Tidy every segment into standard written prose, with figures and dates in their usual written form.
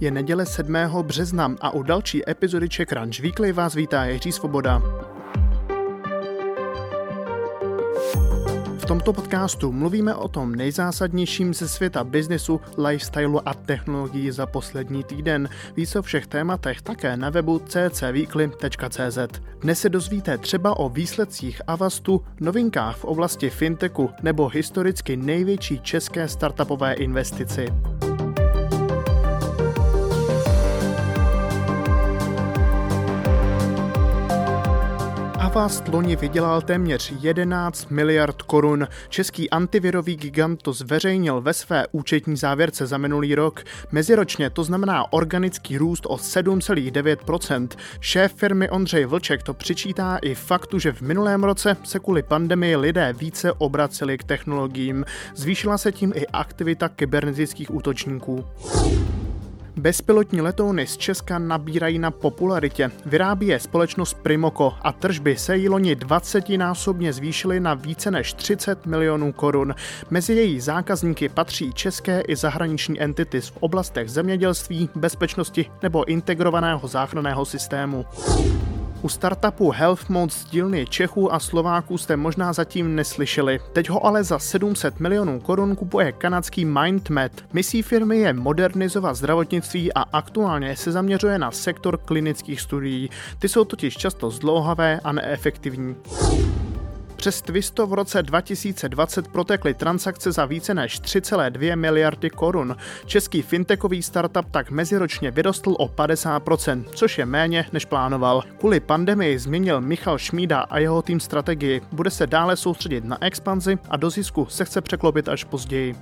Je neděle 7. března a u další epizody Czech Crunch Weekly vás vítá Jiří Svoboda. V tomto podcastu mluvíme o tom nejzásadnějším ze světa biznesu, lifestylu a technologií za poslední týden. Víc o všech tématech také na webu ccweekly.cz. Dnes se dozvíte třeba o výsledcích Avastu, novinkách v oblasti fintechu nebo historicky největší české startupové investici. Avast loni vydělal téměř 11 miliard korun. Český antivirový gigant to zveřejnil ve své účetní závěrce za minulý rok. Meziročně to znamená organický růst o 7,9%. Šéf firmy Ondřej Vlček to přičítá i faktu, že v minulém roce se kvůli pandemii lidé více obraceli k technologiím. Zvýšila se tím i aktivita kybernetických útočníků. Bezpilotní letouny z Česka nabírají na popularitě. Vyrábí je společnost Primoco a tržby se jí loni 20násobně zvýšily na více než 30 milionů korun. Mezi její zákazníky patří české i zahraniční entity v oblastech zemědělství, bezpečnosti nebo integrovaného záchranného systému. U startupu HealthMode z dílny Čechů a Slováků jste možná zatím neslyšeli. Teď ho ale za 700 milionů korun kupuje kanadský MindMed. Misí firmy je modernizovat zdravotnictví a aktuálně se zaměřuje na sektor klinických studií. Ty jsou totiž často zdlouhavé a neefektivní. Přes Twisto v roce 2020 protekly transakce za více než 3,2 miliardy korun. Český fintechový startup tak meziročně vyrostl o 50%, což je méně než plánoval. Kvůli pandemii změnil Michal Šmída a jeho tým strategii. Bude se dále soustředit na expanzi a do zisku se chce překlopit až později.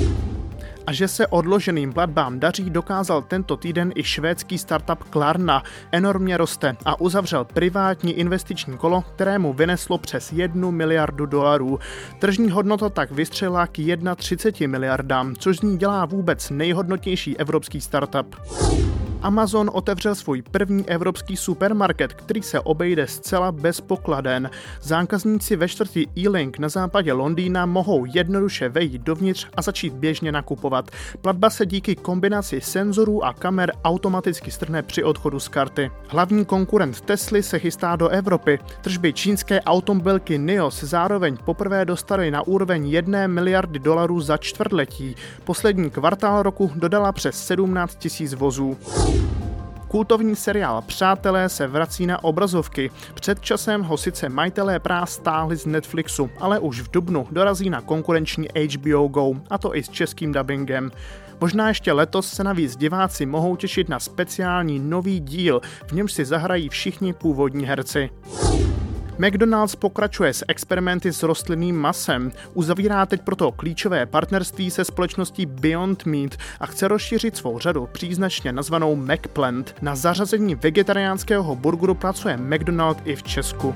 A že se odloženým platbám daří, dokázal tento týden i švédský startup Klarna. Enormně roste a uzavřel privátní investiční kolo, kterému vyneslo přes 1 miliardu dolarů. Tržní hodnota tak vystřelila k 31 miliardám, což z ní dělá vůbec nejhodnotnější evropský startup. Amazon otevřel svůj první evropský supermarket, který se obejde zcela bez pokladen. Zákazníci ve čtvrti Ealing na západě Londýna mohou jednoduše vejít dovnitř a začít běžně nakupovat. Platba se díky kombinaci senzorů a kamer automaticky strhne při odchodu z karty. Hlavní konkurent Tesly se chystá do Evropy. Tržby čínské automobilky NIO se zároveň poprvé dostaly na úroveň 1 miliardy dolarů za čtvrtletí. Poslední kvartál roku dodala přes 17 000 vozů. Kultovní seriál Přátelé se vrací na obrazovky. Před časem ho sice majitelé práv stáhli z Netflixu, ale už v dubnu dorazí na konkurenční HBO Go, a to i s českým dabingem. Možná ještě letos se navíc diváci mohou těšit na speciální nový díl, v němž si zahrají všichni původní herci. McDonald's pokračuje s experimenty s rostlinným masem. Uzavírá teď proto klíčové partnerství se společností Beyond Meat a chce rozšířit svou řadu příznačně nazvanou McPlant. Na zařazení vegetariánského burgeru pracuje McDonald's i v Česku.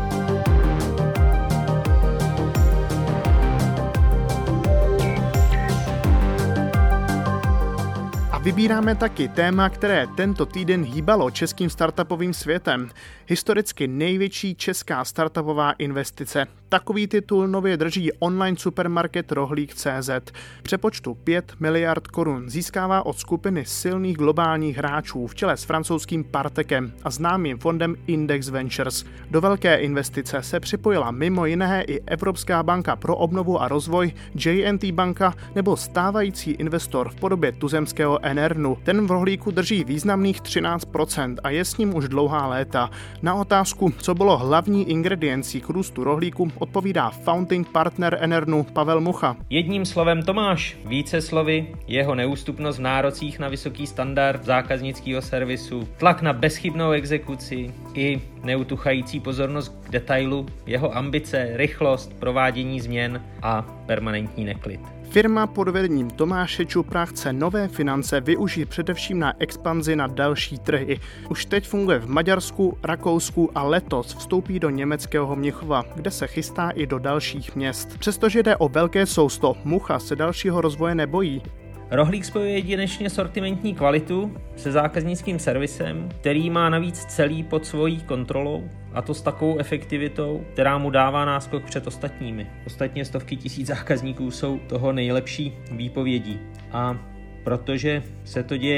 Vybíráme taky téma, které tento týden hýbalo českým startupovým světem. Historicky největší česká startupová investice. Takový titul nově drží online supermarket Rohlík.cz. Přepočtu 5 miliard korun získává od skupiny silných globálních hráčů v čele s francouzským Partecem a známým fondem Index Ventures. Do velké investice se připojila mimo jiné i Evropská banka pro obnovu a rozvoj, J&T banka nebo stávající investor v podobě tuzemského Enernu. Ten v Rohlíku drží významných 13% a je s ním už dlouhá léta. Na otázku, co bylo hlavní ingrediencí k růstu Rohlíku, odpovídá founding partner Enernu Pavel Mucha. Jedním slovem Tomáš, více slovy jeho neústupnost v nárocích na vysoký standard zákaznického servisu, tlak na bezchybnou exekuci i neutuchající pozornost k detailu, jeho ambice, rychlost, provádění změn a permanentní neklid. Firma pod vedením Tomáše Čupra chce nové finance využít především na expanzi na další trhy. Už teď funguje v Maďarsku, Rakousku a letos vstoupí do německého Mnichova, kde se chystá i do dalších měst. Přestože jde o velké sousto, Mucha se dalšího rozvoje nebojí. Rohlík spojuje jedinečně sortimentní kvalitu se zákaznickým servisem, který má navíc celý pod svojí kontrolou, a to s takovou efektivitou, která mu dává náskok před ostatními. Ostatně stovky tisíc zákazníků jsou toho nejlepší výpovědí. A protože se to děje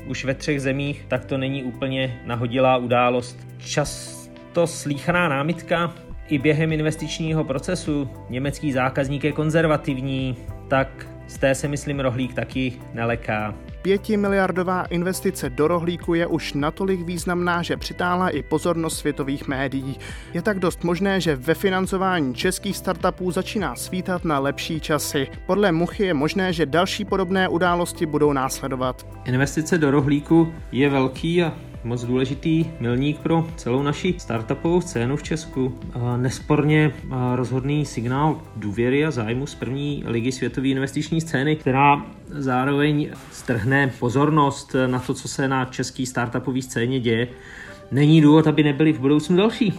už ve 3 zemích, tak to není úplně nahodilá událost. Často slýchaná námitka i během investičního procesu německý zákazník je konzervativní, tak z té se myslím rohlík taky neleká. 5miliardová investice do rohlíku je už natolik významná, že přitáhla i pozornost světových médií. Je tak dost možné, že ve financování českých startupů začíná svítat na lepší časy. Podle Muchy je možné, že další podobné události budou následovat. Investice do rohlíku je velký a moc důležitý milník pro celou naši startupovou scénu v Česku. Nesporně rozhodný signál důvěry a zájmu z první ligy světové investiční scény, která zároveň strhne pozornost na to, co se na české startupové scéně děje. Není důvod, aby nebyly v budoucnu další.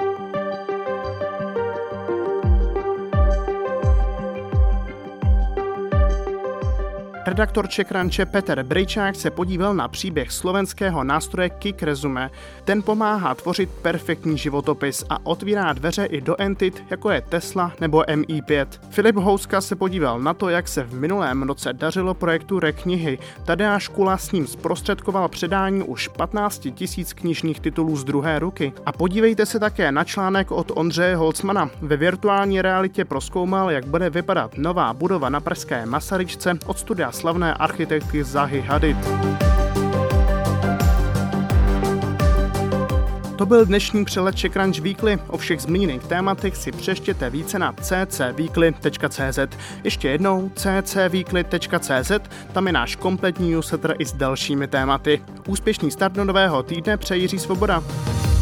Redaktor CzechCrunche Petr Brejčák se podíval na příběh slovenského nástroje Kik Resume. Ten pomáhá tvořit perfektní životopis a otvírá dveře i do entit, jako je Tesla nebo MI5. Filip Houska se podíval na to, jak se v minulém roce dařilo projektu Reknihy. Tadeáš Kula s ním zprostředkoval předání už 15 000 knižních titulů z druhé ruky. A podívejte se také na článek od Ondřeje Holcmana. Ve virtuální realitě prozkoumal, jak bude vypadat nová budova na pražské Masaryčce od studia slavné architektky Zahy Hadid. To byl dnešní přehled CzechCrunch Weekly. O všech zmíněných tématech si přečtěte více na ccweekly.cz. Ještě jednou ccweekly.cz, tam je náš kompletní newsletter i s dalšími tématy. Úspěšný start do nového týdne přeje Jiří Svoboda.